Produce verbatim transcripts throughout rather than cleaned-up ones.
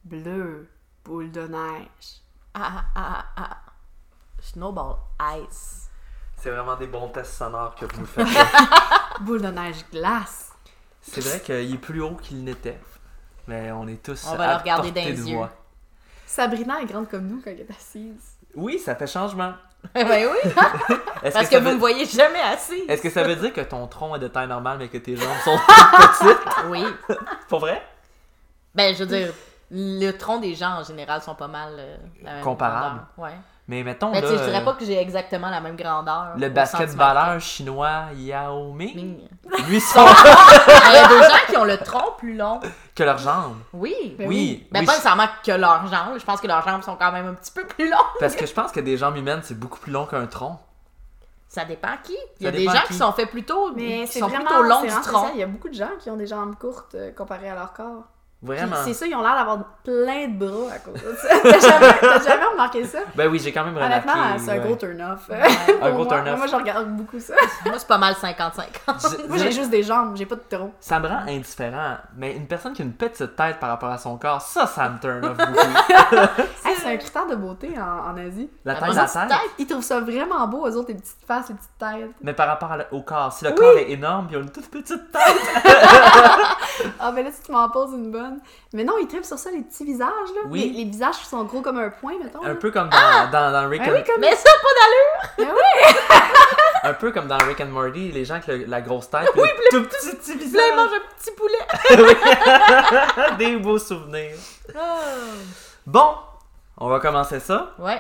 Bleu. Boule de neige. Ah, ah, ah, ah. Snowball ice. C'est vraiment des bons tests sonores que vous nous faites. Boule de neige glace. C'est vrai qu'il est plus haut qu'il n'était. Mais on est tous On va le à regarder portée dans les de yeux. voix. Sabrina est grande comme nous quand elle est assise. Oui, ça fait changement. Ben oui. Est-ce Parce que, que, ça vous veut... me voyez jamais assis. Est-ce que ça veut dire que ton tronc est de taille normale mais que tes jambes sont petites? Oui. Pour vrai? Ben, je veux dire, le tronc des gens en général sont pas mal euh, la même Comparables. grandeur. Ouais. Mais mettons Mais là, tu sais, je dirais euh, pas que j'ai exactement la même grandeur. le au basketballeur chinois Yao Ming, centimètre. lui son... Il y a des gens qui ont le tronc plus long. que leurs jambes. Oui. Ben oui, Ben, oui, pas je- nécessairement que leurs jambes. Je pense que leurs jambes sont quand même un petit peu plus longues. parce que je pense que des jambes humaines c'est beaucoup plus long qu'un tronc. Ça dépend qui. Il y a Ça des dépend gens qui. qui sont faits plutôt, Mais qui c'est sont vraiment, plutôt longs c'est du vraiment tronc. spécial. Il y a beaucoup de gens qui ont des jambes courtes euh, comparées à leur corps. Puis Vraiment. c'est ça, ils ont l'air d'avoir plein de bras à cause de ça. T'as jamais, t'as jamais remarqué ça? Ben oui, j'ai quand même remarqué. Honnêtement, c'est un ouais. gros turn-off. Un gros Pour moi. turn-off. Moi, je regarde beaucoup ça. Moi, c'est pas mal cinquante cinquante. Je- Moi, j'ai juste des jambes, j'ai pas de tronc. Ça me rend indifférent, mais une personne qui a une petite tête par rapport à son corps, ça, ça me turn off beaucoup. Hey, c'est un critère de beauté en, en Asie. La La taille de la petite tête. Ils trouvent ça vraiment beau, eux autres, les petites faces, les petites têtes. Mais par rapport à la- au corps, si le Oui. corps est énorme, puis il a une toute petite tête. Ah, ben là, tu m'en poses une bonne. Mais non, ils trippent sur ça, les petits visages, là. Oui. Les, les visages qui sont gros comme un point, mettons. Un là. peu comme dans, dans, dans Rick Ben and... oui, comme Mais ça, pas d'allure! Ben oui! Un peu comme dans Rick and Morty, les gens avec le- la grosse tête, puis Oui, le tout petit, petit Là, ils visage. mangent un petit poulet. Des beaux souvenirs. Oh. Bon, on va commencer ça. Ouais.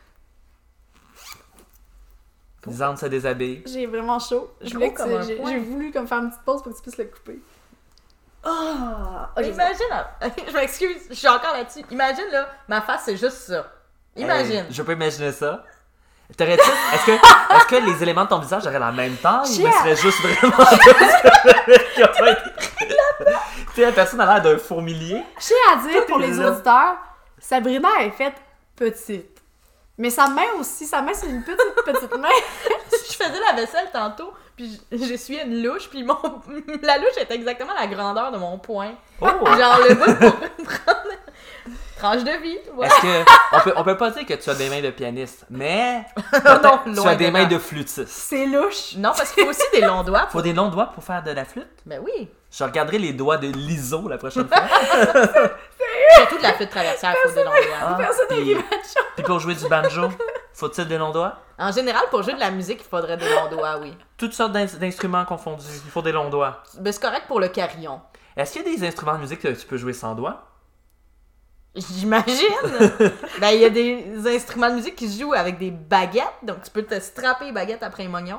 Lisande se déshabille. J'ai vraiment chaud. Je Gros voulais que comme tu- un j'ai, point. j'ai voulu comme faire une petite pause pour que tu puisses le couper. Ah! Oh, j'ai ça. Imagine, je m'excuse, je suis encore là-dessus. Imagine, là, ma face, c'est juste ça. Imagine. Hey, je peux imaginer ça. T'aurais-tu... Est-ce que, est-ce que les éléments de ton visage auraient la même taille ou Chia. ils seraient juste vraiment tous qui ont pas été... Tu sais, la personne a l'air d'un fourmilier. Je tiens à dire pour les là. auditeurs, Sabrina est faite petite. Mais sa main aussi, sa main c'est une petite petite main. Je faisais la vaisselle tantôt, puis j'essuyais une louche, puis mon... la louche était exactement la grandeur de mon poing. Oh! Genre le bout pour prendre... Tranche de vie, voilà. Est-ce que... On peut, on peut pas dire que tu as des mains de pianiste, mais... Non, tu loin as des de mains là. de flûtiste. C'est louche. Non, parce qu'il faut aussi des longs doigts. Faut des longs doigts pour faire de la flûte? Ben oui. Je regarderai les doigts de l'Iso la prochaine fois. Surtout de la flûte traversière, il faut des longs doigts. Ah, Personne puis, n'arrive à chaud. puis pour jouer du banjo, faut-il des longs doigts? En général, pour jouer de la musique, il faudrait des longs doigts, oui. Toutes sortes d'in- d'instruments confondus, il faut des longs doigts. Ben c'est correct pour le carillon. Est-ce qu'il y a des instruments de musique que tu peux jouer sans doigts? J'imagine! Ben, il y a des instruments de musique qui se jouent avec des baguettes, donc tu peux te strapper les baguettes après un mognon.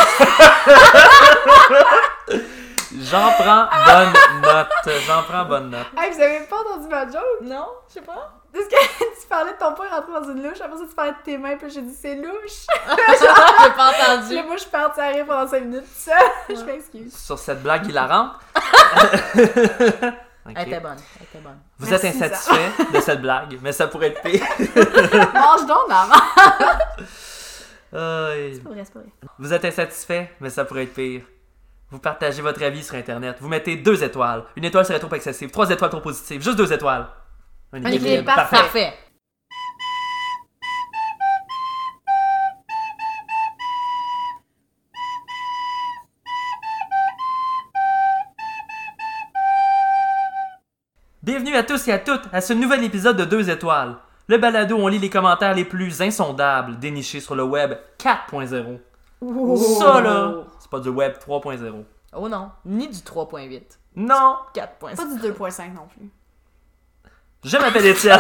J'en prends bonne note. J'en prends bonne note. Hey, vous avez pas entendu ma joke? Non, je sais pas. Est-ce que tu parlais de ton poing rentré dans une louche, après ça tu parlais de tes mains, puis j'ai dit c'est louche. J'ai pas entendu. Là, moi je suis partie à rire pendant cinq minutes, ça. Je m'excuse. Sur cette blague hilarante. Ok. Elle était bonne, elle était bonne. Vous Merci, êtes insatisfait de cette blague, mais ça pourrait être pire. Mange donc, maman. Aïe. C'est pas vrai, c'est pas vrai. Vous êtes insatisfait, mais ça pourrait être pire. Vous partagez votre avis sur Internet. Vous mettez deux étoiles. Une étoile serait trop excessive. Trois étoiles trop positives. Juste deux étoiles. Un Un équilibre parfait. Parfait. Bienvenue à tous et à toutes à ce nouvel épisode de deux étoiles. Le balado où on lit les commentaires les plus insondables dénichés sur le web quatre point zéro. Ça là, c'est pas du web trois point zéro. Oh non, ni du trois point huit. Non, quatre point Pas cinq. du deux point cinq non plus. je m'appelle Étienne.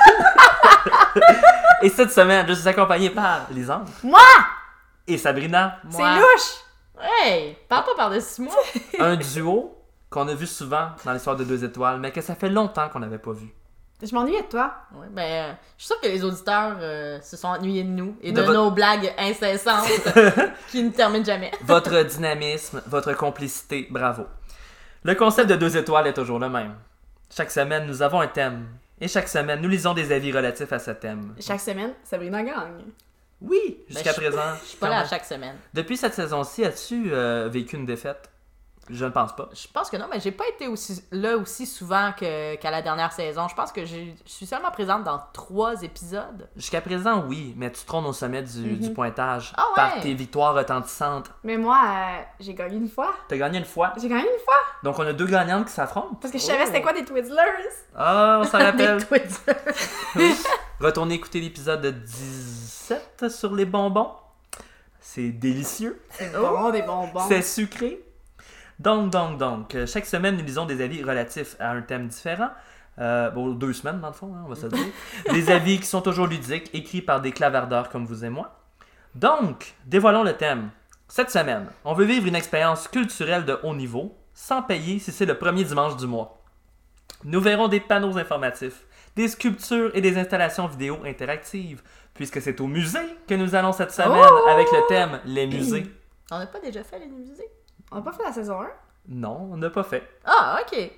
Et cette semaine, je suis accompagné par Lisande Moi! et Sabrina. C'est louche! Hey, parle pas par-dessus moi. Un duo qu'on a vu souvent dans l'histoire de deux étoiles, mais que ça fait longtemps qu'on n'avait pas vu. Je m'ennuyais de toi. Ouais, ben, euh, je suis sûre que les auditeurs euh, se sont ennuyés de nous et De de, votre- nos blagues incessantes qui ne terminent jamais. Votre dynamisme, votre complicité, bravo. Le concept de deux étoiles est toujours le même. Chaque semaine, nous avons un thème. Et chaque semaine, nous lisons des avis relatifs à ce thème. Chaque semaine, Sabrina gagne. Oui, jusqu'à Ben, je- présent. Je suis pas là à chaque semaine. Depuis cette saison-ci, as-tu euh, vécu une défaite? Je ne pense pas. Je pense que non, mais j'ai pas été aussi là aussi souvent que, qu'à la dernière saison. Je pense que j'ai- je suis seulement présente dans trois épisodes. Jusqu'à présent, oui, mais tu trônes au sommet du, Mhm. du pointage Ah ouais? par tes victoires retentissantes. Mais moi, euh, j'ai gagné une fois. T'as gagné une fois. J'ai gagné une fois Donc, on a deux gagnantes qui s'affrontent. parce que je savais c'était quoi des Twizzlers. Ah, on s'en rappelle. Des Twizzlers. Retournez écouter l'épisode dix-sept sur les bonbons. C'est délicieux. C'est bon, des bonbons. C'est sucré. Donc, donc, donc, euh, chaque semaine, nous lisons des avis relatifs à un thème différent. Euh, bon, deux semaines, dans le fond, hein, on va se le dire. Des avis qui sont toujours ludiques, écrits par des clavardeurs comme vous et moi. Donc, dévoilons le thème. Cette semaine, on veut vivre une expérience culturelle de haut niveau, sans payer si c'est le premier dimanche du mois. Nous verrons des panneaux informatifs, des sculptures et des installations vidéo interactives, puisque c'est au musée que nous allons cette semaine Oh! avec le thème « Les musées On n'a pas déjà fait les musées? » On n'a pas fait la saison un? Non, on n'a pas fait. Ah, ok.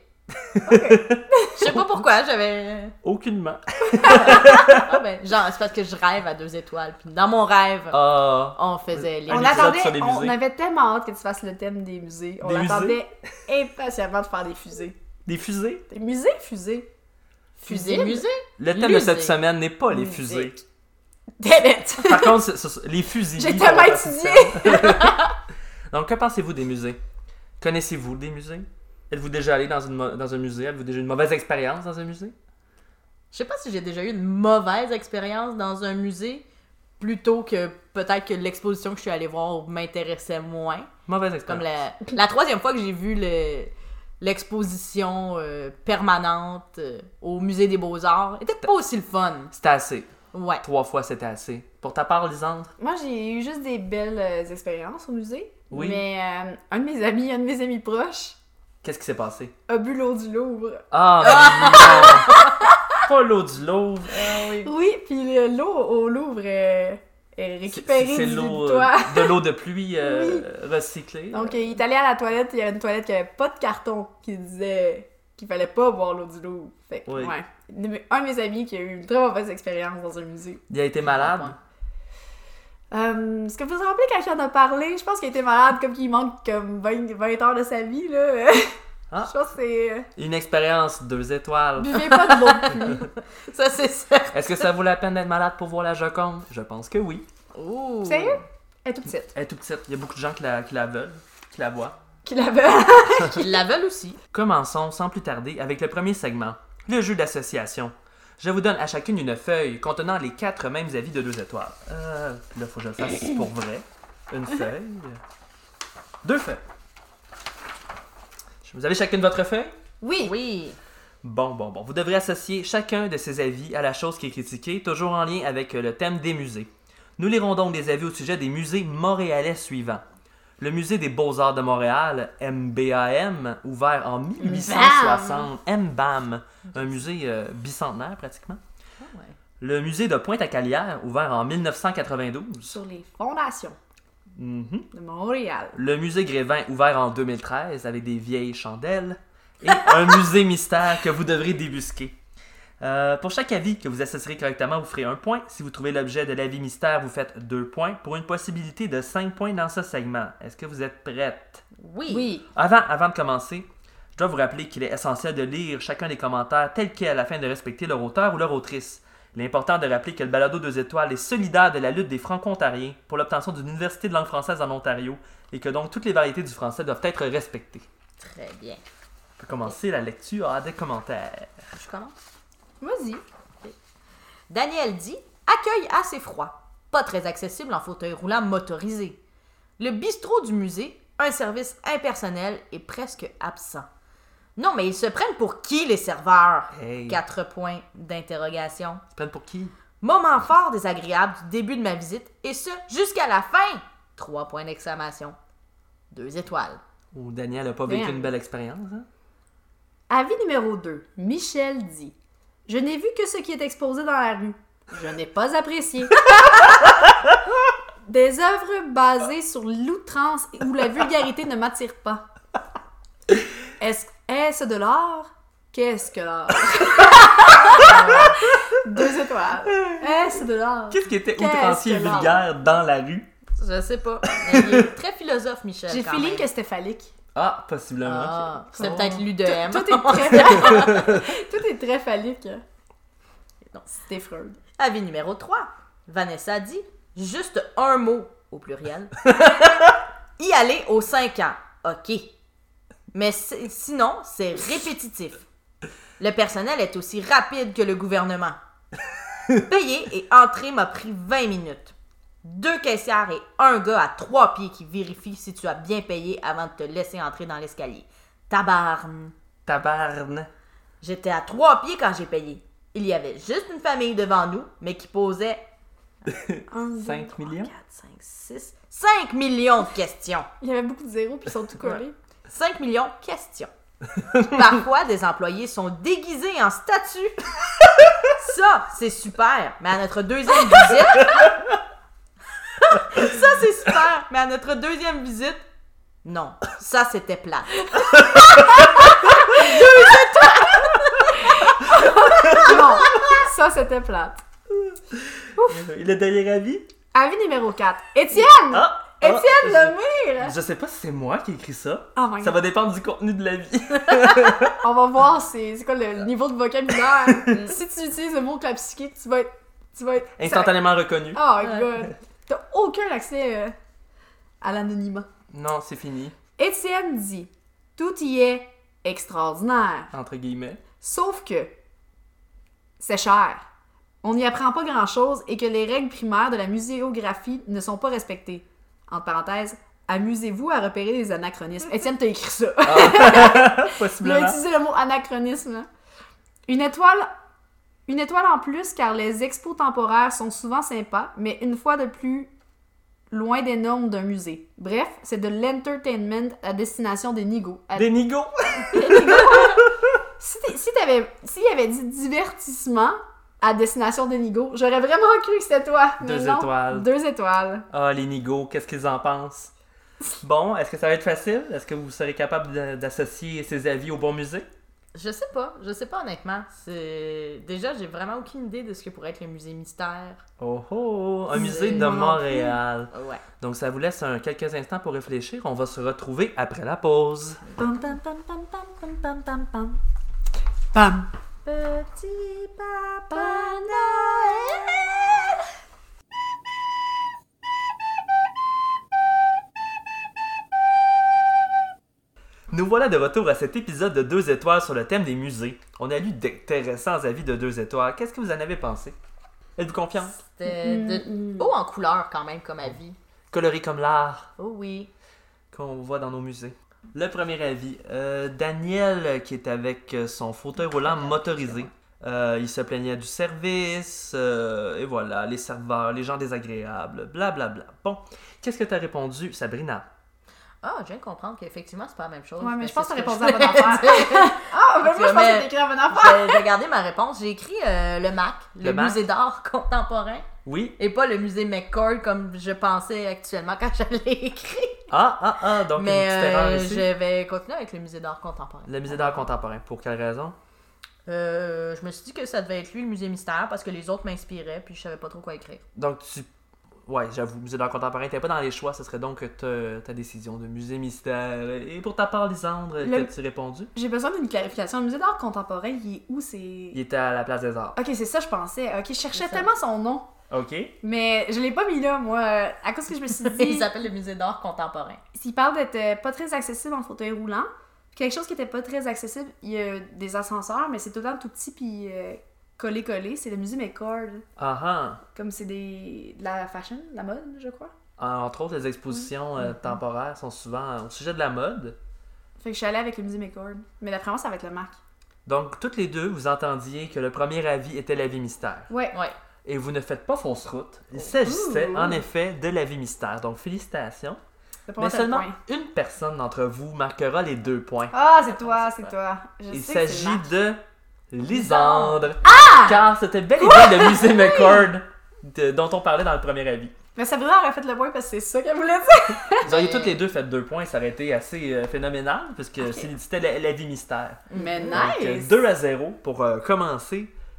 Je sais pas pourquoi, j'avais... Aucunement. Ah ben, genre, c'est parce que je rêve à deux étoiles. Puis dans mon rêve, Ah, on faisait les Un On épisode attendait, sur les on musées. avait tellement hâte que tu fasses le thème des musées. On Des musées? attendait impatiemment de faire des fusées. des fusées. Des musées, fusées. fusées, Fusées? musées. Le thème de Musée. cette semaine n'est pas les Musique. fusées. Damn it! Par contre, c'est- c'est- les fusils. J'ai oui, tellement ça va passer étudié! ça. Donc, que pensez-vous des musées? Connaissez-vous des musées? Êtes-vous déjà allé dans, une mo- dans un musée? Avez-vous déjà eu une mauvaise expérience dans un musée? Je sais pas si j'ai déjà eu une mauvaise expérience dans un musée, plutôt que peut-être que l'exposition que je suis allée voir m'intéressait moins. Mauvaise Comme expérience. la, la troisième fois que j'ai vu le, l'exposition euh, permanente euh, au musée des Beaux-Arts, était pas aussi le fun. C'était assez. Ouais. Trois fois, c'était assez. Pour ta part, Lisandre? Moi, j'ai eu juste des belles euh, expériences au musée. Oui. Mais euh, un de mes amis, un de mes amis proches, Qu'est-ce qui s'est passé? a bu l'eau du Louvre. Ah, non! Pas l'eau du Louvre. Ah oui. Oui, puis le- l'eau au Louvre est, est récupérée C'est du l'eau, euh, toit. de l'eau de pluie euh, recyclée. Donc, il est allé à la toilette, il y avait une toilette qui avait pas de carton, qui disait qu'il fallait pas boire l'eau du Louvre. Fait que, Oui. ouais. Un de mes amis qui a eu une très mauvaise expérience dans un musée. Il a été malade. Euh, Est-ce que vous vous rappelez quand il en a parlé? Je pense qu'il était malade, comme qu'il manque comme vingt, vingt heures de sa vie, là. Ah. Je pense que c'est... euh, Une expérience deux étoiles. Buvez pas de l'eau de pluie. Ça, c'est ça. Est-ce que ça vaut la peine d'être malade pour voir la Joconde? Je pense que oui. Ouh. Sérieux? Elle est toute petite. Elle est toute petite. Il y a beaucoup de gens qui la, qui la veulent, qui la voient. Qui la veut. Ils la veulent aussi. Commençons sans plus tarder avec le premier segment, le jeu d'association. Je vous donne à chacune une feuille contenant les quatre mêmes avis de deux étoiles. Euh, là, faut que je le fasse pour vrai. Une feuille. Deux feuilles. Vous avez chacune votre feuille? Oui. Oui. Bon, bon, bon. Vous devrez associer chacun de ces avis à la chose qui est critiquée, toujours en lien avec le thème des musées. Nous lirons donc des avis au sujet des musées montréalais suivants. Le musée des Beaux-Arts de Montréal, M B A M, ouvert en mille huit cent soixante. M B A M, un musée euh, bicentenaire pratiquement. Ah ouais. Le musée de Pointe-à-Calière, ouvert en mille neuf cent quatre-vingt-douze. Sur les fondations Mhm. de Montréal. Le musée Grévin, ouvert en deux mille treize, avec des vieilles chandelles. Et un musée mystère que vous devrez débusquer. Euh, pour chaque avis que vous associerez correctement, vous ferez un point. Si vous trouvez l'objet de l'avis mystère, vous faites deux points pour une possibilité de cinq points dans ce segment. Est-ce que vous êtes prête? Oui. Oui. Avant, avant de commencer, je dois vous rappeler qu'il est essentiel de lire chacun des commentaires tels quels afin de respecter leur auteur ou leur autrice. Il est important de rappeler que le balado deux étoiles est solidaire de la lutte des Franco-Ontariens pour l'obtention d'une université de langue française en Ontario et que donc toutes les variétés du français doivent être respectées. Très bien. On peut commencer la lecture des commentaires. Je commence. Vas-y. Daniel dit « Accueil assez froid. Pas très accessible en fauteuil roulant motorisé. Le bistrot du musée, un service impersonnel et presque absent. Non, mais ils se prennent pour qui, les serveurs? Hey. Quatre points d'interrogation. Tu prends pour qui? Moment fort désagréable du début de ma visite, et ce, jusqu'à la fin. Trois points d'exclamation. Deux étoiles. Ou Daniel n'a pas vécu Damn. une belle expérience, hein? Avis numéro deux. Michel dit « Je n'ai vu que ce qui est exposé dans la rue. Je n'ai pas apprécié. Des œuvres basées sur l'outrance ou la vulgarité ne m'attirent pas. Est-ce est-ce de l'art? Qu'est-ce que l'art? » Deux étoiles. Est-ce de l'art? Qu'est-ce qui était Qu'est-ce outrancier et que l'art? vulgaire dans la rue? Je sais pas. Mais il est très philosophe, Michel. J'ai quand feeling même. que c'était phallique. Ah, possiblement. Ah, c'était Oh. peut-être l'U D M. Tout, tout est très... tout est très phallique. Non. C'était Freud. Avis numéro trois. Vanessa dit juste un mot au pluriel. Y aller aux cinq ans. OK. Mais c'est- sinon, c'est répétitif. Le personnel est aussi rapide que le gouvernement. Payer et entrer m'a pris vingt minutes. Deux caissières et un gars à trois pieds qui vérifient si tu as bien payé avant de te laisser entrer dans l'escalier. Tabarne. Tabarne. J'étais à trois pieds quand j'ai payé. Il y avait juste une famille devant nous, mais qui posait cinq millions? quatre, cinq, six, cinq millions de questions. Il y avait beaucoup de zéros, puis ils sont tout collés. cinq millions de questions. Parfois, des employés sont déguisés en statue. Ça, c'est super. Mais à notre deuxième visite... Ça, c'est super. Mais à notre deuxième visite... Non, ça, c'était plate. Non, ça c'était plate. Et le dernier avis? Avis numéro quatre. Étienne! Ah! Étienne ah, Lemire! je... je sais pas si c'est moi qui ai écrit ça. Oh my Ça God. va dépendre du contenu de la vie. On va voir c'est, c'est quoi le niveau de vocabulaire. Si tu utilises le mot clapsiqué, tu vas être... Tu vas être... Instantanément reconnu. Oh my Ouais. God. T'as aucun accès euh, à l'anonymat. Non, c'est fini. Étienne dit « Tout y est extraordinaire. Entre guillemets. Sauf que c'est cher. On n'y apprend pas grand-chose et que les règles primaires de la muséographie ne sont pas respectées. Entre parenthèses, amusez-vous à repérer les anachronismes. » Étienne, t'as écrit ça. Il a Possiblement. utilisé le mot anachronisme. là. Une étoile, une étoile en plus car les expos temporaires sont souvent sympas, mais une fois de plus loin des normes d'un musée. Bref, c'est de l'entertainment à destination des nigauds. À- Des nigauds. Si, t'es- si t'avais, s'il avait dit divertissement à destination des nigauds, j'aurais vraiment cru que c'était toi. Mais Deux non. étoiles. Deux étoiles. Ah, les nigauds, qu'est-ce qu'ils en pensent? Bon, est-ce que ça va être facile? Est-ce que vous serez capable de- d'associer ces avis au bon musée? Je sais pas, je sais pas honnêtement. C'est Déjà, j'ai vraiment aucune idée de ce que pourrait être le musée mystère. Oh oh, un C'est- musée de Moi non plus. Montréal. Ouais. Donc ça vous laisse un, quelques instants pour réfléchir. On va se retrouver après la pause. Pam, pam, pam, pam, pam, pam, pam, pam, pam. Pam. Petit papa Noël. Nous voilà de retour à cet épisode de deux étoiles sur le thème des musées. On a lu d'intéressants avis de deux étoiles. Qu'est-ce que vous en avez pensé? Êtes-vous confiante? C'était de... haut en couleur quand même comme avis. Coloré comme l'art Oh oui. qu'on voit dans nos musées. Le premier avis, euh, Daniel euh, qui est avec euh, son fauteuil roulant motorisé. Euh, il se plaignait du service, euh, et voilà, les serveurs, les gens désagréables, blablabla. Bla, bla. Bon, qu'est-ce que tu as répondu, Sabrina? Ah, je viens de comprendre qu'effectivement, c'est pas la même chose. Ouais, mais je pense que c'est t'as ce répondu à je la bonne affaire. voulais dire. Ah, ben moi, je pense Mais- que t'as écrit la bonne affaire. J'ai j'ai gardé ma réponse. J'ai écrit euh, le M A C, le, Le M A C. musée d'art contemporain, Oui? et pas le musée McCord comme je pensais actuellement quand je l'ai écrit. Ah, ah, ah, donc Mais une petite erreur euh, ici. je vais continuer avec le musée d'art contemporain. Le musée d'art contemporain, pour quelle raison? Euh, je me suis dit que ça devait être lui, le musée mystère, parce que les autres m'inspiraient, puis je savais pas trop quoi écrire. Donc tu... Ouais, j'avoue, musée d'art contemporain, t'es pas dans les choix, ce serait donc ta, ta décision de musée mystère. Et pour ta part, Lisandre, Le- qu'as-tu répondu? J'ai besoin d'une clarification. Le musée d'art contemporain, il est où? C'est... Il était à la place des arts. Ok, c'est ça, je pensais. Ok, je cherchais C'est ça. tellement son nom. Ok. Mais je l'ai pas mis là, moi, euh, à cause que je me suis Il dit... s'appelle le musée d'art contemporain. S'il parle d'être euh, pas très accessible en fauteuil roulant, quelque chose qui était pas très accessible, il y a des ascenseurs, mais c'est tout le temps tout petit puis euh, collé-collé. C'est le musée McCord. Ah ah. Comme c'est des... de la fashion, de la mode, je crois. Entre autres, les expositions euh, temporaires sont souvent au sujet de la mode. Fait que je suis allée avec le musée McCord. Mais d'après moi, ça va être le Mac. Donc, toutes les deux, vous entendiez que le premier avis était l'avis mystère. Ouais. Ouais. Et vous ne faites pas fausse route. Il s'agissait, Ouh. en effet, de l'avis mystère. Donc, félicitations. C'est pour Mais moi, t'as le seulement point. une personne d'entre vous marquera les deux points. Ah, c'est toi, c'est toi. Je Il sais que c'est s'agit le Mac. de Lisandre. Ah! Car c'était bel et bien le musée McCord de- dont on parlait dans le premier avis. Mais Sabrina aurait fait le point parce que c'est ça qu'elle voulait dire. Vous auriez toutes les deux fait deux points, ça aurait été assez euh, phénoménal, puisque c'est- c'était la- l'avis mystère. Mais Donc, euh, nice! deux à zéro pour euh, commencer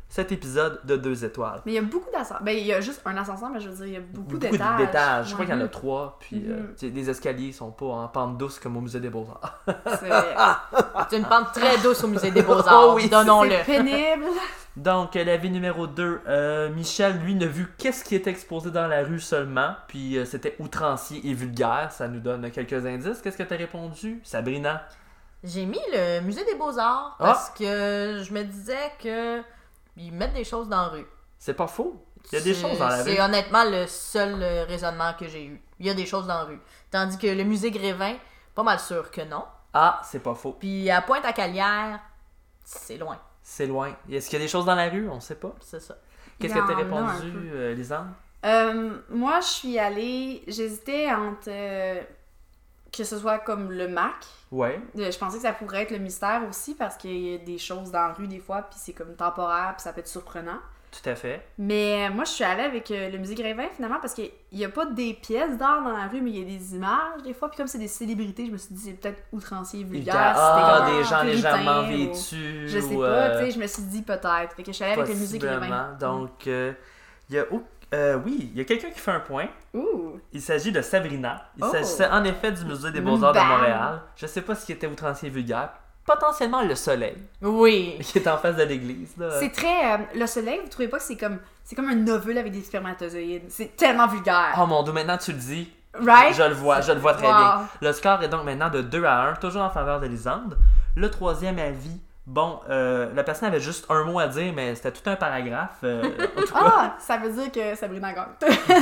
cet épisode de deux étoiles. Mais il y a beaucoup d'ascenseurs. Ben, il y a juste un ascenseur, mais je veux dire, il y a beaucoup, Beaucoup d'étages. d'étages. Je crois Ouais. qu'il y en a trois. Puis Mhm. euh, tu sais, les escaliers sont pas en pente douce comme au musée des Beaux-Arts. C'est C'est une pente très douce au musée des Beaux-Arts, Oh oui, donnons-le. c'est pénible. Donc, euh, l'avis numéro deux, euh, Michel, lui, n'a vu qu'est-ce qui était exposé dans la rue seulement, puis euh, c'était outrancier et vulgaire. Ça nous donne quelques indices. Qu'est-ce que t'as répondu, Sabrina? J'ai mis le musée des Beaux-Arts Ah. parce que je me disais que ils mettent des choses dans la rue. C'est pas faux. Il y a des C'est- choses dans la rue. C'est honnêtement le seul euh, raisonnement que j'ai eu. Il y a des choses dans la rue. Tandis que le musée Grévin, pas mal sûr que non. Ah, c'est pas faux. Puis à Pointe-à-Calière, c'est loin. C'est loin. Est-ce qu'il y a des choses dans la rue? On sait pas. C'est ça. Qu'est-ce Il y que t'as en a un répondu, peu. euh, Lisanne? Euh, moi, je suis allée. J'hésitais entre. euh, que ce soit comme le Mac. Ouais. Euh, Je pensais que ça pourrait être le mystère aussi parce qu'il y a des choses dans la rue des fois, puis c'est comme temporaire, puis ça peut être surprenant. Tout à fait. Mais euh, moi, je suis allée avec euh, le musée Grévin finalement parce qu'il n'y a pas des pièces d'art dans la rue, mais il y a des images des fois. Puis comme c'est des célébrités, je me suis dit c'est peut-être outrancier, vulgaire. Ah, c'était des comme gens un légèrement puritain, ou- vêtus. Je sais ou, pas, euh, tu sais, je me suis dit peut-être. Fait que je suis allée avec le musée Grévin. possiblement. Donc, euh, il y a... oh, euh, oui, il y a quelqu'un qui fait un point. Ouh! Il s'agit de Sabrina. Il Oh. s'agissait en effet du musée des Beaux-Arts de Bam. Montréal. Je sais pas s'il était outrancier et vulgaire. Potentiellement le soleil, Oui. qui est en face de l'église. là. C'est très. euh, le soleil, vous trouvez pas que c'est comme. C'est comme un ovule avec des spermatozoïdes. C'est tellement vulgaire. Oh mon dieu, maintenant tu le dis. Right? Je le vois, je le vois très Wow. bien. Le score est donc maintenant de deux à un, toujours en faveur de Lisande. Le troisième avis, bon, euh, la personne avait juste un mot à dire, mais c'était tout un paragraphe. euh, en tout cas, Ah! Ça veut dire que Sabrina gagne.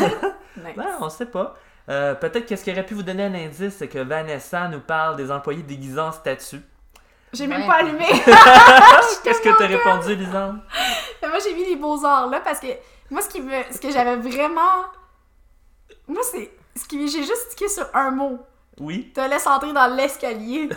Nice. ben, on sait pas. Euh, Peut-être que ce qui aurait pu vous donner un indice, c'est que Vanessa nous parle des employés déguisés en statue. J'ai même Ouais. pas allumé. Qu'est-ce que t'as répondu, Lisande? Mais moi, j'ai mis les beaux-arts là parce que moi, ce qui me, ce que j'avais vraiment. Moi, c'est. Ce qui, j'ai juste tiqué sur un mot. Oui. Te laisse entrer dans l'escalier.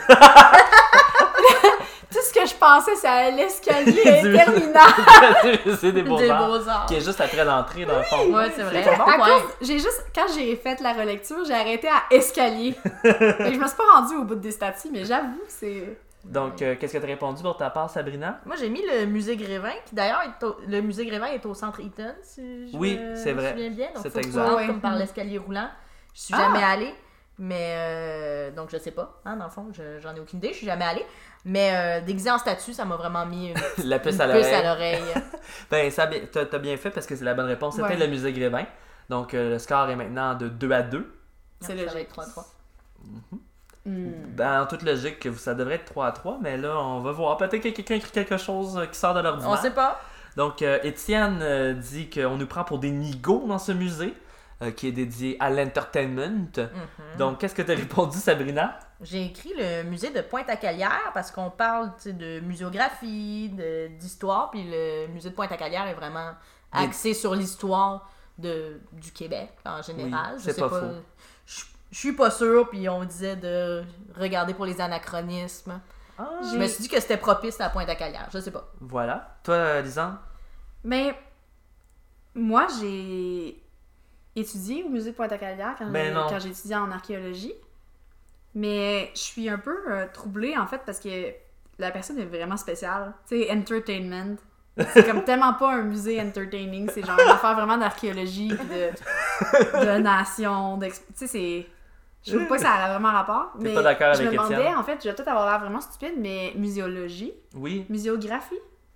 Tout ce que je pensais, c'est à l'escalier Du- interminable. C'est des Des beaux-arts. Beaux-Arts. Qui est juste après l'entrée, dans le fond. Ouais, c'est vrai. Fait que, Bon à point. cause, j'ai juste, quand j'ai fait la relecture, j'ai arrêté à escalier. Fait que je me suis pas rendue au bout des statues, mais j'avoue, c'est. Donc, euh, qu'est-ce que t'as répondu pour ta part, Sabrina? Moi, j'ai mis le musée Grévin, qui d'ailleurs, est au- le musée Grévin est au centre Eaton, si je Oui, me c'est vrai. souviens bien. Donc, C'est faut que tu exact. rentres Ouais. comme par l'escalier roulant. Je suis Ah! jamais allée, mais... euh, donc, je sais pas, hein, dans le fond, je- j'en ai aucune idée, je suis jamais allée. Mais euh, déguisé en statue, ça m'a vraiment mis une, La une puce puce à à l'oreille. l'oreille. Ben, ça, a bien- t'as t'as bien fait parce que c'est la bonne réponse. C'était Ouais. le musée Grévin. Donc, euh, le score est maintenant de deux à deux. C'est Ça va logique. être trois à trois. Hmm. Ben, en toute logique, ça devrait être trois à trois, mais là, on va voir. Peut-être que quelqu'un écrit quelque chose euh, qui sort de l'ordinaire. On sait pas. Donc, euh, Étienne euh, dit qu'on nous prend pour des nigauds dans ce musée, euh, qui est dédié à l'entertainment. Mhm. Donc, qu'est-ce que tu as répondu, Sabrina? J'ai écrit le musée de Pointe-à-Calière parce qu'on parle tu sais, de muséographie, de- d'histoire, puis le musée de Pointe-à-Calière est vraiment Des- axé sur l'histoire de du Québec en général. Oui, Je c'est sais pas faux. Je je suis pas sûre, puis on disait de regarder pour les anachronismes. Ah, Je me suis dit que c'était propice à Pointe-à-Calière, je sais pas. voilà. Toi, Lisanne? Mais moi, j'ai étudié au musée de Pointe-à-Calière quand Ben j'ai- non. quand j'ai étudié en archéologie. Mais je suis un peu euh, troublée, en fait, parce que la personne est vraiment spéciale. Tu sais, entertainment. C'est comme tellement pas un musée entertaining, c'est genre une affaire vraiment d'archéologie, puis de, de nation, d'ex- tu sais, c'est... Je trouve pas que ça a vraiment rapport, T'es mais pas d'accord je me avec demandais, Étienne? en fait, je vais peut-être avoir l'air vraiment stupide, mais muséologie, Oui, muséographie,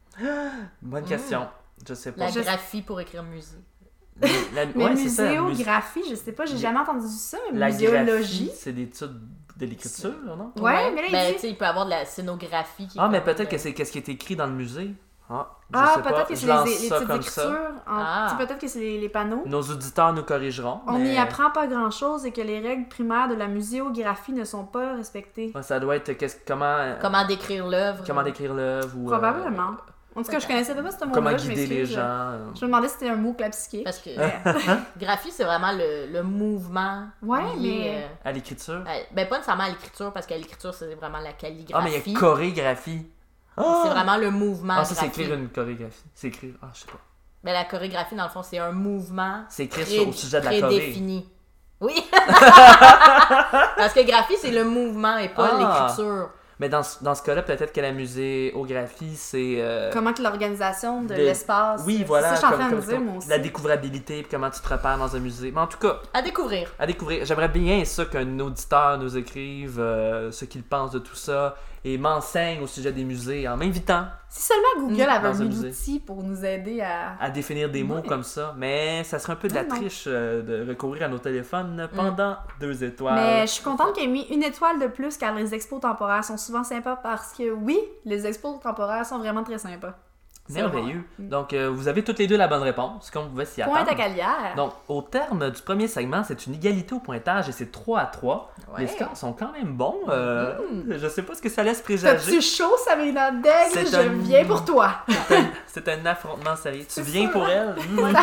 bonne Mm. question. Je sais pas. La Je- graphie pour écrire musée. La- mais ouais, c'est ça, la mus- muséographie, je sais pas, j'ai Mu- jamais entendu ça, mais La muséologie. graphie, c'est l'étude de l'écriture, non? Ouais, mais là, il ben, dit- tu sais, il peut y avoir de la scénographie qui est Ah, mais comme, peut-être que euh, c'est qu'est-ce qui est écrit dans le musée. Ah, je Ah, sais pas. peut-être que Je c'est lance les, les ça petites comme ça. écritures. en- Ah. tu sais, peut-être que c'est les, les panneaux. Nos auditeurs nous corrigeront. On mais- n'y apprend pas grand-chose et que les règles primaires de la muséographie ne sont pas respectées. Ouais, ça doit être qu'est-ce- comment, Comment décrire l'œuvre. comment décrire l'œuvre ou. euh, Probablement. En tout cas, je connaissais pas ce mot-là. comment je guider les m'excuse. gens. euh. Je me demandais si c'était un mot clapsiqué. Parce que Mais- graphie, c'est vraiment le, le mouvement. Ouais, lié, mais- euh, À l'écriture. euh, ben, pas nécessairement à l'écriture, parce qu'à l'écriture, c'est vraiment la Ah, calligraphie. mais il y a chorégraphie. C'est Ah, vraiment le mouvement. ah ça, c'est graphique. écrire une chorégraphie. C'est écrire. Ah, je sais pas. Mais la chorégraphie, dans le fond, c'est un mouvement C'est écrire pré- sur- au sujet de la Corée. prédéfini. Oui. Parce que graphie, c'est le mouvement et pas Ah. l'écriture. Mais dans, ce- dans ce cas-là, peut-être que la muséographie, c'est... euh, Comment que l'organisation de de- l'espace. Oui, c'est voilà. ça que je suis en comme- train de comme- dire, comme moi aussi. La découvrabilité, puis comment tu te repères dans un musée. Mais en tout cas, À découvrir. à découvrir. J'aimerais bien ça qu'un auditeur nous écrive euh, ce qu'il pense de tout ça et m'enseigne au sujet des musées en m'invitant Si seulement Google Mm, avait dans un mis musée. l'outil pour nous aider à... à définir des mots Ouais. comme ça. Mais ça serait un peu de la Non, non. triche euh, de recourir à nos téléphones pendant deux étoiles. Mais je suis contente qu'il ait mis une étoile de plus car les expos temporaires sont souvent sympas parce que oui, les expos temporaires sont vraiment très sympas. C'est Merveilleux. vrai. Donc, euh, vous avez toutes les deux la bonne réponse, comme vous pouvez s'y attendre. Pointe à Calière. Donc, au terme du premier segment, c'est une égalité au pointage et c'est trois à trois. Ouais. Les scores sont quand même bons. euh, Je sais pas ce que ça laisse T'as-tu présager. chaud, Sabrina Daigle? C'est Je un- viens pour toi. C'est un, c'est un affrontement sérieux. Tu C'est viens ça. pour elle?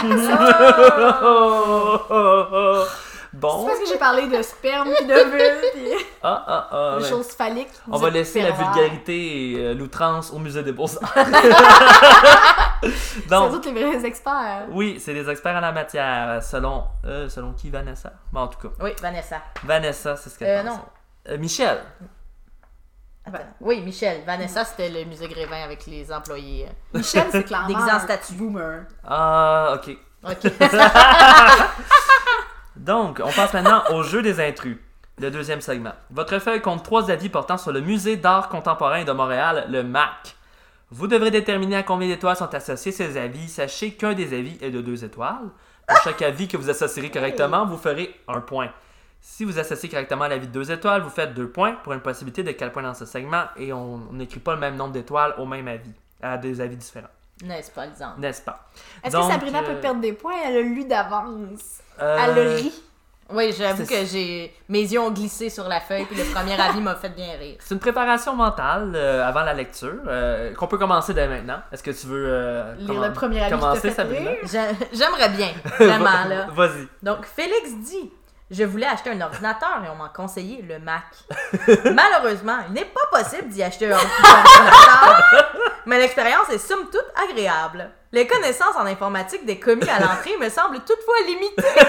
C'est Bon. parce que j'ai parlé de sperme pis de vulve pis Ah, ah, ah. de ouais. choses phalliques. On Vous va êtes laisser la pervers. vulgarité et euh, l'outrance au musée des beaux-arts. C'est Donc, tous les vrais experts. oui, c'est des experts en la matière. Selon, euh, selon qui, Vanessa? Bon, en tout cas, Oui, Vanessa. Vanessa, c'est ce qu'elle Euh, pense. non. Euh, Michel. Attends. Oui, Michel. Vanessa, c'était le musée Grévin avec les employés. euh. Michel, c'est clairement Déguisé en un statue. boomer. Ah, ok. Ok. Donc, on passe maintenant au jeu des intrus, le deuxième segment. Votre feuille compte trois avis portant sur le Musée d'art contemporain de Montréal, le M A C. Vous devrez déterminer à combien d'étoiles sont associés ces avis. Sachez qu'un des avis est de deux étoiles. Pour chaque avis que vous associerez correctement, vous ferez un point. Si vous associez correctement l'avis de deux étoiles, vous faites deux points pour une possibilité de quatre points dans ce segment et on on n'écrit pas le même nombre d'étoiles au même avis, à des avis différents, N'est-ce pas, exemple? n'est-ce pas? Est-ce Donc, que Sabrina euh, peut perdre des points? Elle a lu d'avance. euh, Elle a ri. Oui, j'avoue C'est- que j'ai mes yeux ont glissé sur la feuille, puis le premier avis m'a fait bien rire. C'est une préparation mentale euh, avant la lecture euh, qu'on peut commencer dès maintenant. Est-ce que tu veux euh, Lire commen- le premier avis qui t'a commencer, fait Sabrina? rire. J'ai- J'aimerais bien, vraiment, là. Vas-y. Donc, Félix dit « Je voulais acheter un ordinateur et on m'a conseillé le Mac. Malheureusement, il n'est pas possible d'y acheter un ordinateur, mais l'expérience est somme toute agréable. Les connaissances en informatique des commis à l'entrée me semblent toutefois limitées.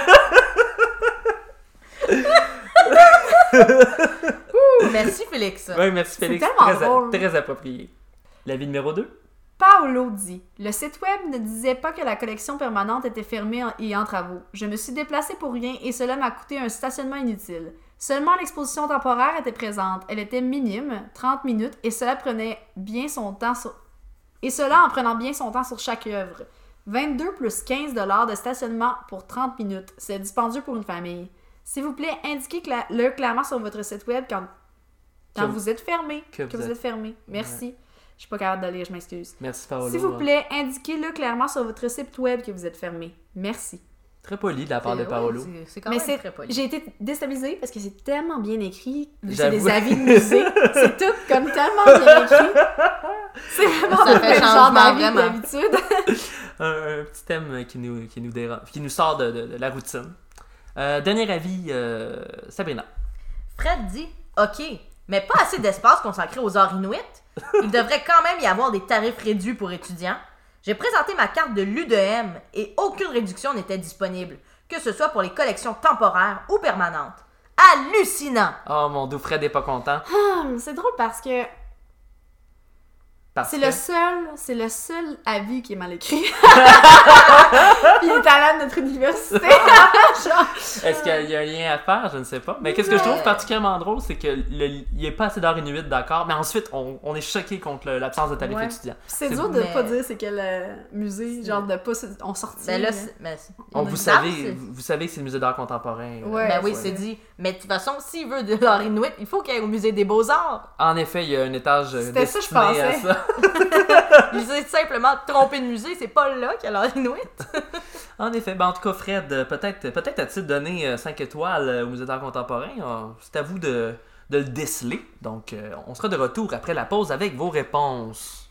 Ouh, merci, Félix. Oui, merci Félix. tellement Très, drôle. très approprié. L'avis numéro deux? Paolo dit « Le site web ne disait pas que la collection permanente était fermée en- et en travaux. Je me suis déplacée pour rien et cela m'a coûté un stationnement inutile. Seulement l'exposition temporaire était présente. Elle était minime, trente minutes, et cela prenait bien son temps sur... Et cela en prenant bien son temps sur chaque œuvre. vingt-deux plus quinze dollars de stationnement pour trente minutes. C'est dispendieux pour une famille. S'il vous plaît, indiquez cla- le clairement sur votre site web quand, quand Que- vous êtes fermé. que Que, vous vous êtes- êtes fermé. Merci. Je suis pas capable de lire, je m'excuse. Merci Paolo. S'il vous plaît, indiquez-le clairement sur votre site web que vous êtes fermé. Merci. Très poli de la part de C'est- Paolo. ouais, c'est- C'est quand Mais même c'est, très poli. j'ai été déstabilisée parce que c'est tellement bien écrit. C'est J'avoue. des avis de musée. C'est tout comme tellement bien écrit. C'est vraiment Ça le fait même genre changement, d'avis vraiment. d'habitude. un, un petit thème qui nous, qui nous, dérange, qui nous sort de, de- de la routine. Euh, dernier avis, euh, Sabrina. Fred dit « Ok, mais pas assez d'espace consacré aux arts inuits. Il devrait quand même y avoir des tarifs réduits pour étudiants. J'ai présenté ma carte de l'U D M et aucune réduction n'était disponible, que ce soit pour les collections temporaires ou permanentes. Hallucinant! Oh mon dieu, Fred est pas content. Hum, c'est drôle parce que Parce c'est que... le seul, c'est le seul avis qui est mal écrit. Il est à de notre université. Genre, Est-ce qu'il y a un lien à faire? Je ne sais pas. Mais qu'est-ce que je trouve particulièrement drôle, c'est qu'il n'y a pas assez d'heures inuites, d'accord, mais ensuite, on, on est choqué contre le- l'absence de tarifs Ouais. étudiants. c'est C'est- dur de mais- pas dire c'est quel euh, musée, genre de pas se- on sortit. Ben là, là. c'est- mais c'est- On, on vous, a- savez, c'est- vous, vous savez que c'est le musée d'art contemporain. euh, Ouais. Ben oui, ouais. c'est dit. Mais de toute façon, s'il veut de l'art inuit, il faut qu'il aille au musée des beaux-arts. En effet, il y a un étage euh, C'était ça, je destiné à pensais. ça. Il s'est simplement trompé de musée, c'est pas là qu'il y a l'art inuit. En effet, ben en tout cas, Fred, euh, peut-être peut-être as-tu donné cinq étoiles euh, au musée d'art contemporain. Euh, C'est à vous de, de le déceler. Donc, euh, on sera de retour après la pause avec vos réponses.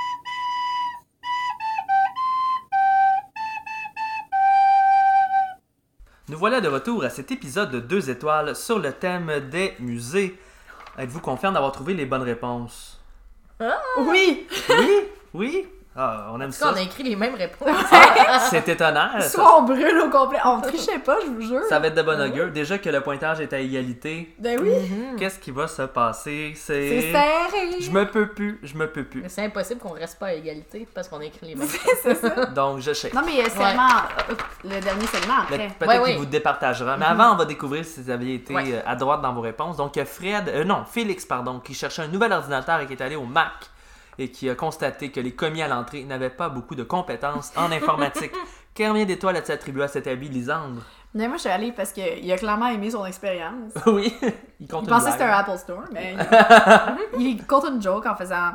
Nous voilà de retour à cet épisode de deux étoiles sur le thème des musées. Êtes-vous confiant d'avoir trouvé les bonnes réponses? Oui! Oui, oui. Ah, on aime En tout cas, ça. on a écrit les mêmes réponses. Ah, c'est étonnant. Ça, Soit on brûle au complet. On trichait pas, je vous jure. ça va être de bon augure. Déjà que le pointage est à égalité, Ben oui. Mhm. qu'est-ce qui va se passer? C'est C'est... serré. Je me peux plus, je me peux plus. Mais c'est impossible qu'on reste pas à égalité parce qu'on a écrit les mêmes. C'est ça. Donc, je sais. Non, mais euh, segment. euh, Le dernier segment Mais après. peut-être Ouais, qu'il ouais. vous départagera. Mais avant, on va découvrir si vous aviez été Ouais. euh, à droite dans vos réponses. Donc, il y a Fred, euh, non, Félix, pardon, qui cherchait un nouvel ordinateur et qui est allé au Mac et qui a constaté que les commis à l'entrée n'avaient pas beaucoup de compétences en informatique. Combien d'étoiles as-tu attribué à cet avis, Lisandre? Mais moi, je suis allée parce qu'il a clairement aimé son expérience. Oui, il compte Il une pensait que c'était blague. un Apple Store, mais il, il compte une joke en faisant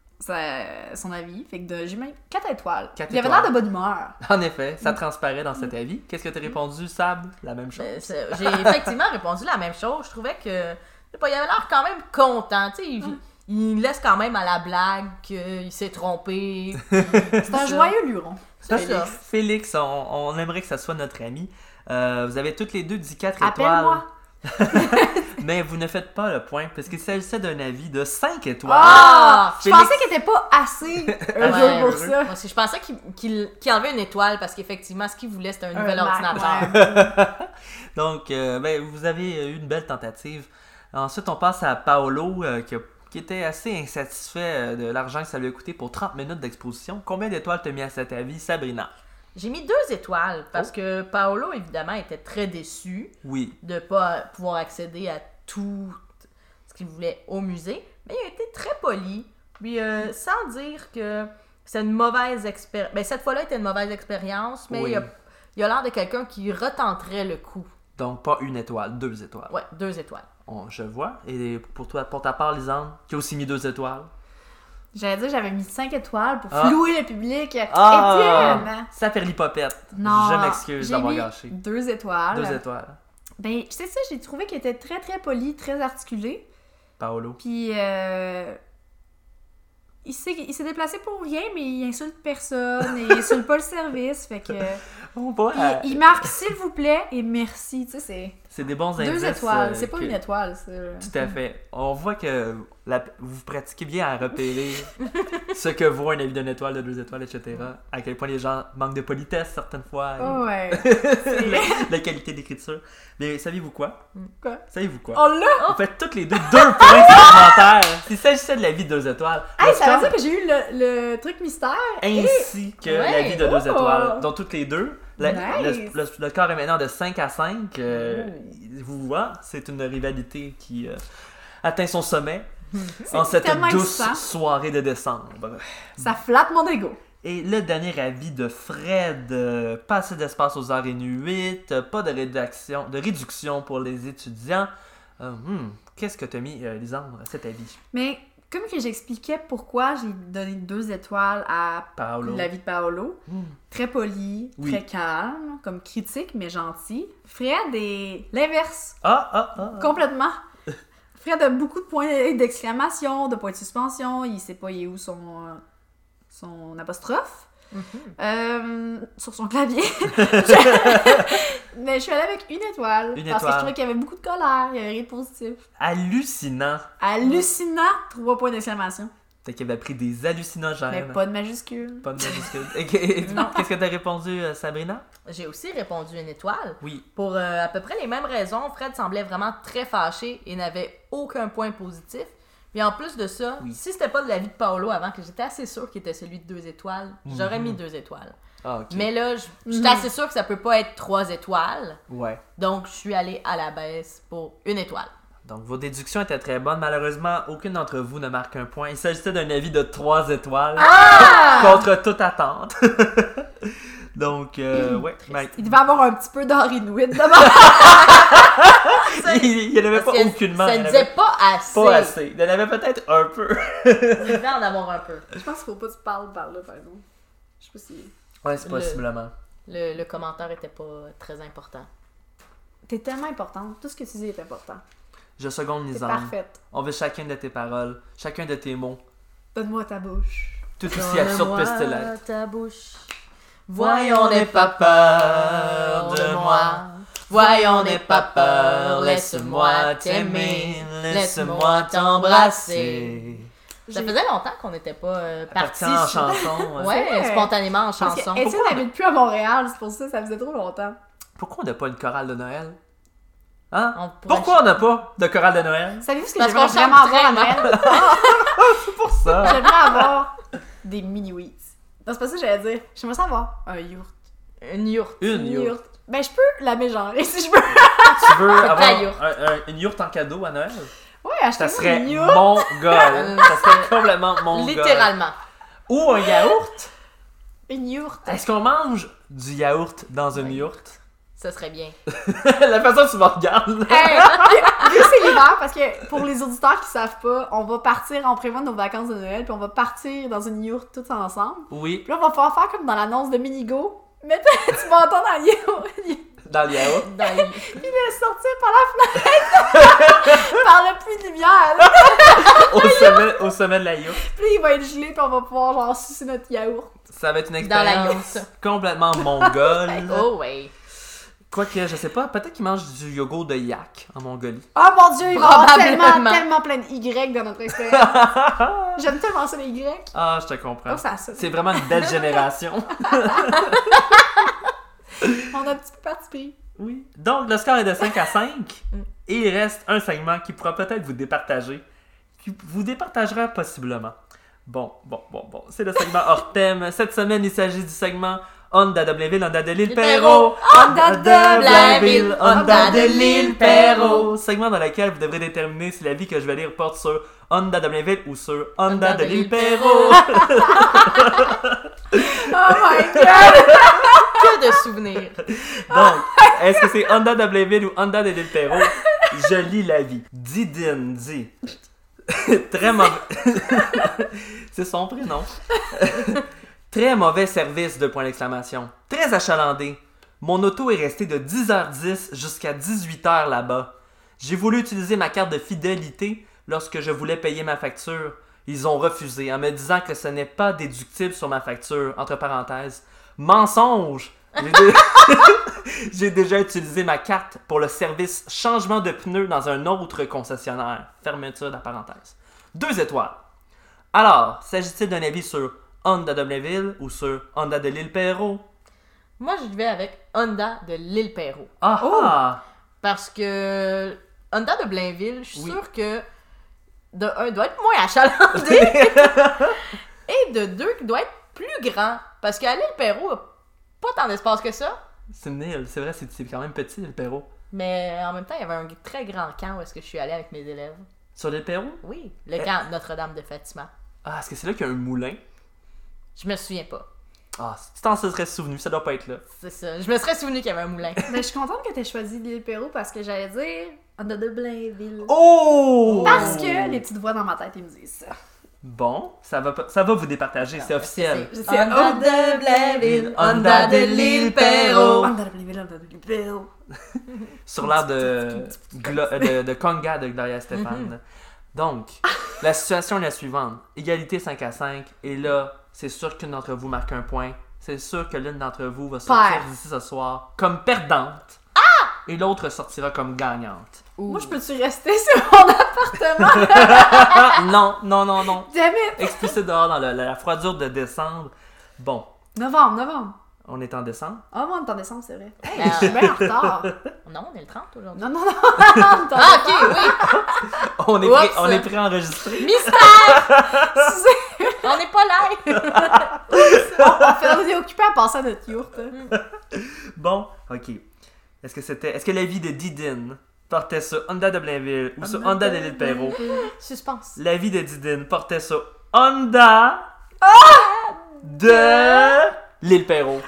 sa- son avis. Fait que de- j'ai mis quatre étoiles. Quatre il avait étoiles. l'air de bonne humeur. En effet, ça transparaît dans cet avis. Qu'est-ce que tu as répondu, Sab? La même chose. Ben, c'est- J'ai effectivement répondu la même chose. Je trouvais que. Je sais pas, il avait l'air quand même content. Tu sais, il, il laisse quand même à la blague qu'il s'est trompé. C'est un joyeux luron. C'est Félix, ça. Félix, on, on aimerait que ça soit notre ami. Euh, vous avez toutes les deux dit quatre étoiles. Appelle-moi. Mais vous ne faites pas le point parce qu'il s'agissait d'un avis de cinq étoiles. Ah! Je Félix- pensais qu'il était pas assez heureux Ouais, pour heureux. ça. Moi aussi, je pensais qu'il qu'il- qu'il enlevait une étoile parce qu'effectivement, ce qu'il voulait, c'était un Un nouvel Mac, ordinateur. ouais. Donc, euh, ben, vous avez eu une belle tentative. Ensuite, on passe à Paolo euh, qui, a- qui était assez insatisfait euh, de l'argent que ça lui a coûté pour trente minutes d'exposition. Combien d'étoiles t'as mis à cet avis, Sabrina? J'ai mis deux étoiles Oh. parce que Paolo, évidemment, était très déçu Oui. de ne pas pouvoir accéder à tout ce qu'il voulait au musée. Mais il a été très poli. Puis, euh, sans dire que c'est une mauvaise expérience. Ben, cette fois-là, c'était une mauvaise expérience, mais Oui. il a il a l'air de quelqu'un qui retenterait le coup. Donc, pas une étoile, deux étoiles. Ouais, deux étoiles. On- je vois. Et pour toi, pour ta part, Lisandre, qui a aussi mis deux étoiles. J'allais dire que j'avais mis cinq étoiles pour Ah. flouer le public. Ah! Étienne! Ça fait l'hypopète. Non, Je m'excuse j'ai d'avoir mis gâché. deux étoiles. Deux étoiles. Ben, tu sais ça, j'ai trouvé qu'il était très très poli, très articulé. Paolo. Puis, euh, il s'est il s'est déplacé pour rien, mais il insulte personne et il insulte pas le service. Fait que. On va Il, à- il marque s'il vous plaît et merci. Tu sais, c'est C'est des bons indices. deux étoiles. euh, C'est pas que- une étoile, ça. Tout à fait. On voit que la- vous pratiquez bien à repérer ce que vaut un avis d'une étoile, de deux étoiles, et cetera. À quel point les gens manquent de politesse certaines fois. et Oh ouais. la, la qualité d'écriture. Mais saviez-vous quoi? Quoi? Saviez-vous quoi? On l'a! Vous faites toutes les deux deux points supplémentaires. S'il s'agissait de l'avis de deux étoiles. Hey, le ça veut score- dire que j'ai eu le, le truc mystère. ainsi que Ouais. l'avis de deux Oh. étoiles. Donc toutes les deux. La- Nice. le, le, le score est maintenant de cinq à cinq. euh, vous voyez, c'est une rivalité qui euh, atteint son sommet en cette tellement douce excitant. soirée de décembre. Ça flatte mon ego. Et le dernier avis de Fred, euh, pas assez d'espace aux heures et nuits, euh, pas de rédaction, de réduction pour les étudiants. Euh, hmm, Qu'est-ce que tu as mis, euh, Lisandre, à cet avis? Mais comme que j'expliquais pourquoi j'ai donné deux étoiles à Paolo. la vie de Paolo, Hmm. très poli, Oui. très calme, comme critique mais gentil. Fred est l'inverse, Ah, ah, ah. ah. complètement. Fred a beaucoup de points d'exclamation, de points de suspension, il sait pas il est où son, euh, son apostrophe. Mhm. Euh, sur son clavier. Je- Mais je suis allée avec une étoile. Une parce que étoile. je trouvais qu'il y avait beaucoup de colère, il y avait rien de positif. Hallucinant. Hallucinant, trois points d'exclamation. Fait qu'il avait pris des hallucinogènes. Mais pas de majuscule. Pas de majuscule. Et que- et Non. Qu'est-ce que t'as répondu, euh, Sabrina? J'ai aussi répondu une étoile. Oui. Pour euh, à peu près les mêmes raisons, Fred semblait vraiment très fâché et n'avait aucun point positif. Puis en plus de ça, Oui. si c'était pas de l'avis de Paolo avant, que j'étais assez sûre qu'il était celui de deux étoiles, j'aurais Mhm. mis deux étoiles. Ah, ok. Mais là, je- j'étais Mhm. assez sûre que ça peut pas être trois étoiles. Ouais. Donc, je suis allée à la baisse pour une étoile. Donc, vos déductions étaient très bonnes. Malheureusement, aucune d'entre vous ne marque un point. Il s'agissait d'un avis de trois étoiles. Contre toute attente. Donc, euh, ouais. ben, Il devait avoir un petit peu d'Henri Inuit d'abord. il n'y en avait pas Parce que aucunement. ça Il ne y en disait avait pas assez. pas assez. Il y en avait peut-être un peu. Il devait en avoir un peu. Je pense qu'il faut pas que tu parles par là, par exemple. Je sais pas si... Ouais, c'est Le- possiblement. Le, le commentaire était pas très important. T'es tellement importante. Tout ce que tu dis est important. Je seconde T'es Lisandre. parfaite. On veut chacune de tes paroles, chacun de tes mots. Donne-moi ta bouche. Tout aussi absurde peut-il être. Donne-moi ta bouche. Voyons, n'aie pas peur de moi. Voyons, n'aie pas peur. Laisse-moi t'aimer. Laisse-moi t'embrasser. Ça J'ai- faisait longtemps qu'on n'était pas euh, partis. Parti en chanson. Ouais, C'est vrai. spontanément en Parce chanson. que Étienne n'habite plus à Montréal, c'est pour ça, ça faisait trop longtemps. Pourquoi on n'a pas une chorale de Noël? Hein? On pourrait- Pourquoi on n'a pas de chorale de Noël? Savez-vous ce que Parce j'aimerais qu'on chante vraiment avoir à très Noël? C'est pour ça. J'aimerais avoir des mini-wheats. Non, c'est pas ça que j'allais dire. J'aimerais ça avoir un yourte. Une yourte. Une yourte. Ben, je peux la mégenrer si je veux. Tu veux avoir Ta yourte. un- un- une yourte en cadeau à Noël? Ouais, Ça acheter serait une yourte. mon gars. Ça serait complètement mon gars. Littéralement. Ou un yaourt. Une yourte. Est-ce qu'on mange du yaourt dans une Oui. yourte? Ça serait bien. La façon dont tu me regardes. Hey, vu que c'est l'hiver, parce que pour les auditeurs qui savent pas, on va partir, on prévoit nos vacances de Noël, puis on va partir dans une yourte tous ensemble. Oui, Puis là, on va pouvoir faire comme dans l'annonce de Minigo. Mais tu vas entendre dans la yourte. dans le yaourt. Dans les- Puis le sortir par la fenêtre. par le puits de lumière. là. Au sommet, au sommet de la yourte. Puis là, il va être gelé, puis on va pouvoir genre sucer notre yaourt. Ça va être une Dans la expérience yourte. complètement mongole. Oh, ouais. Quoique, je sais pas, peut-être qu'ils mangent du yogourt de yak en Mongolie. Oh mon dieu, il va y avoir tellement, Probablement. tellement plein de Y dans notre expérience. J'aime tellement ça les Y. Ah, je te comprends. Oh, ça sonne. C'est vraiment une belle génération. On a un petit peu participé. Oui. Donc, le score est de cinq à cinq. Et il reste un segment qui pourra peut-être vous départager. Qui vous départagera possiblement. Bon, bon, bon, bon. C'est le segment hors thème. Cette semaine, il s'agit du segment Honda de Blainville, Honda de l'île Perrault. Honda de Blainville, Honda de l'île Perrault. Segment dans lequel vous devrez déterminer si la vie que je vais lire porte sur Honda de Blainville ou sur Honda de l'île Perrault. Oh my god! Que de souvenirs. Donc, est-ce que c'est Honda de Blainville ou Honda de l'île Perrault? Je lis la vie. Didine dit. Très mauvais. C'est son prénom. Très mauvais service, de point d'exclamation. Très achalandé. Mon auto est resté de dix heures dix jusqu'à dix-huit heures là-bas. J'ai voulu utiliser ma carte de fidélité lorsque je voulais payer ma facture. Ils ont refusé en me disant que ce n'est pas déductible sur ma facture. Entre parenthèses. Mensonge! J'ai, dé- J'ai déjà utilisé ma carte pour le service changement de pneus dans un autre concessionnaire. Fermeture de la parenthèse. Deux étoiles. Alors, s'agit-il d'un avis sur Honda de Blainville ou sur Honda de l'île Perrault? Moi, je vais avec Honda de l'île Perrault. Ah ah! Parce que Honda de Blainville, je suis Oui. sûre que de un, doit être moins achalandé. Et de deux, qu'il doit être plus grand. Parce qu'à l'île Perrault, il n'y a pas tant d'espace que ça. C'est une île, c'est vrai, c'est, c'est quand même petit l'île Perrault. Mais en même temps, il y avait un très grand camp où est-ce que je suis allée avec mes élèves. Sur l'île Perrault? Oui, le Eh. camp Notre-Dame de Fatima. Ah, est-ce que c'est là qu'il y a un moulin? Je me souviens pas. Ah, si tu t'en serais souvenu, ça doit pas être là. C'est ça. Je me serais souvenu qu'il y avait un moulin. Mais je suis contente que tu aies choisi l'île Perrault parce que j'allais dire Honda de Blainville. Oh! Parce que les petites voix dans ma tête, ils me disent ça. Bon, ça va, pas- ça va vous départager, c'est officiel. C'est Honda de Blainville, Honda de l'île Perrault. Honda de Blainville, Honda de l'île Perrault. Sur l'air de, Glo- de, de Conga de Gloria Stéphane. Donc, la situation est la suivante. Égalité cinq à cinq. Et là, c'est sûr qu'une d'entre vous marque un point. C'est sûr que l'une d'entre vous va sortir Père. d'ici ce soir comme perdante. Et l'autre sortira comme gagnante. Moi, je peux-tu rester sur mon appartement? Ah, non, non, non, non. Damn it! Explicite dehors dans le- la, la froidure de décembre. Bon, Novembre, novembre. on est en décembre. Ah, moi, on est en décembre, c'est vrai. Hey, Ah. je suis bien en retard. Non, on est le trente aujourd'hui. Non, non, non. on est en Ah, ok, retard. oui. On est, Oups. pré- on est pré-enregistré. Mystère! Excusez, On n'est pas live. on, on fait, on est occupé à passer à notre yourte. Bon, ok. Est-ce que c'était. Est-ce que la vie de Didine portait sur Honda de Blainville ou sur Honda de l'île Perrault? Suspense. La vie de Didine portait sur Honda de l'île Perrault.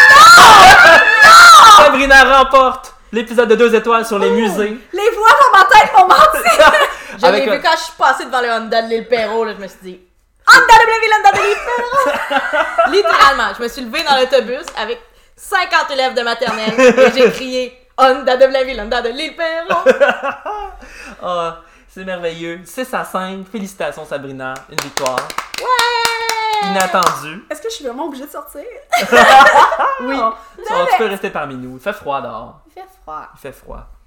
Sabrina remporte l'épisode de deux étoiles sur les musées. Les voix dans ma tête m'ont menti. Je Avec l'ai un- vu quand je suis passée devant le Honda de l'île Perrault, là, je me suis dit Honda de Blainville, Honda de l'île Perrault! Littéralement, je me suis levée dans l'autobus avec cinquante élèves de maternelle et j'ai crié Honda de Blainville, Honda de l'île Perrault! Ah, c'est merveilleux. six à cinq. Félicitations, Sabrina. Une victoire. Ouais! Inattendue. Est-ce que je suis vraiment obligée de sortir? Oui. Tu peux rester parmi nous. Il fait froid dehors. Il fait froid. Il fait froid.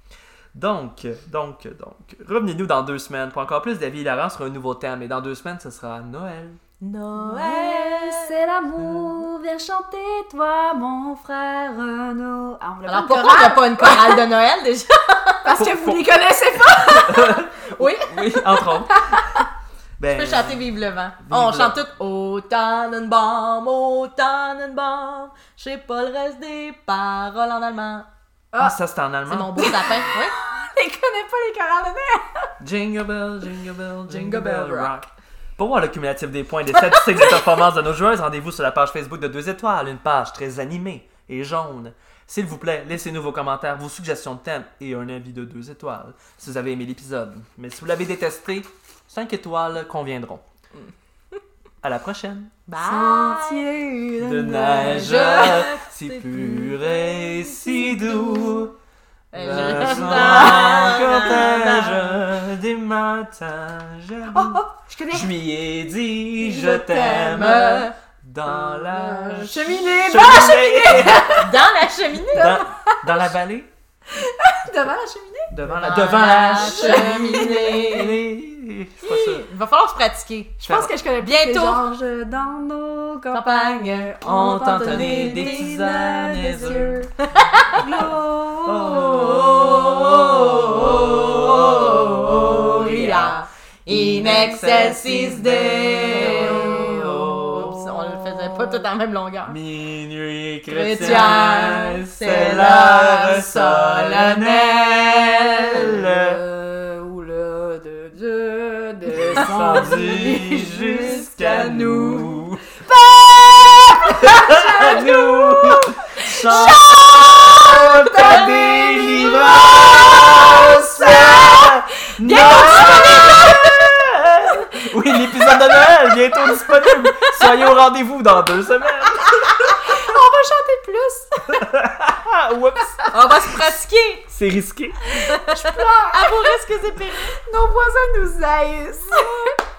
Donc, donc, donc, revenez-nous dans deux semaines pour encore plus d'avis hilarants sur un nouveau thème. Et dans deux semaines, ce sera Noël. Noël, c'est l'amour, viens chanter toi, mon frère Renaud. Ah, on l'a Alors pas une pourquoi on n'a chorale? pas une chorale de Noël déjà? Parce que Pour- vous pour- les connaissez pas! Oui, Oui, entre autres. Ben, je peux chanter Vive le vent. Vive On le- chante tout Au Tannenbaum, au Tannenbaum. Je sais pas le reste des paroles en allemand. Ah, ça c'est en C'est allemand. mon beau sapin, oui. Je les connais pas les chorales de Noël! Jingle bell, jingle bell, jingle Jingle bell bell rock. Pour voir le cumulatif des points et des statistiques de performance de nos joueuses, rendez-vous sur la page Facebook de deux étoiles, une page très animée et jaune. S'il vous plaît, laissez-nous vos commentaires, vos suggestions de thèmes et un avis de deux étoiles si vous avez aimé l'épisode. Mais si vous l'avez détesté, cinq étoiles conviendront. À la prochaine. Bye. Sentier De neige, si pur et si doux. Euh, Le je- soir cortège des matins jaloux. Oh, oh, je connais! Je lui ai dit je t'aime dans la Cheminée, cheminée. Dans la cheminée. Dans, dans la vallée. Devant la cheminée? Devant la, Dans devant la la cheminée. cheminée. Je suis pas sûr. Il va falloir se pratiquer. Je pense que je connais plus Bientôt. que Georges dans nos campagnes. Campagne. On t'entendait des tisanes et des œufs. Gloria in excelsis Deo. Oups, on le faisait pas tout en même longueur. Minuit Chrétien, chrétien, c'est c'est l'heure l'heure solennelle. Euh, où le de Dieu descendu Descendu jusqu'à nous. À nous. Chante ta délivrance. Noël. Oui, l'épisode de Noël bientôt disponible. Soyez au rendez-vous dans deux semaines. On va chanter plus! Ah, oups. On va se pratiquer. C'est risqué. À vos risques et périls. Nos voisins nous haïssent!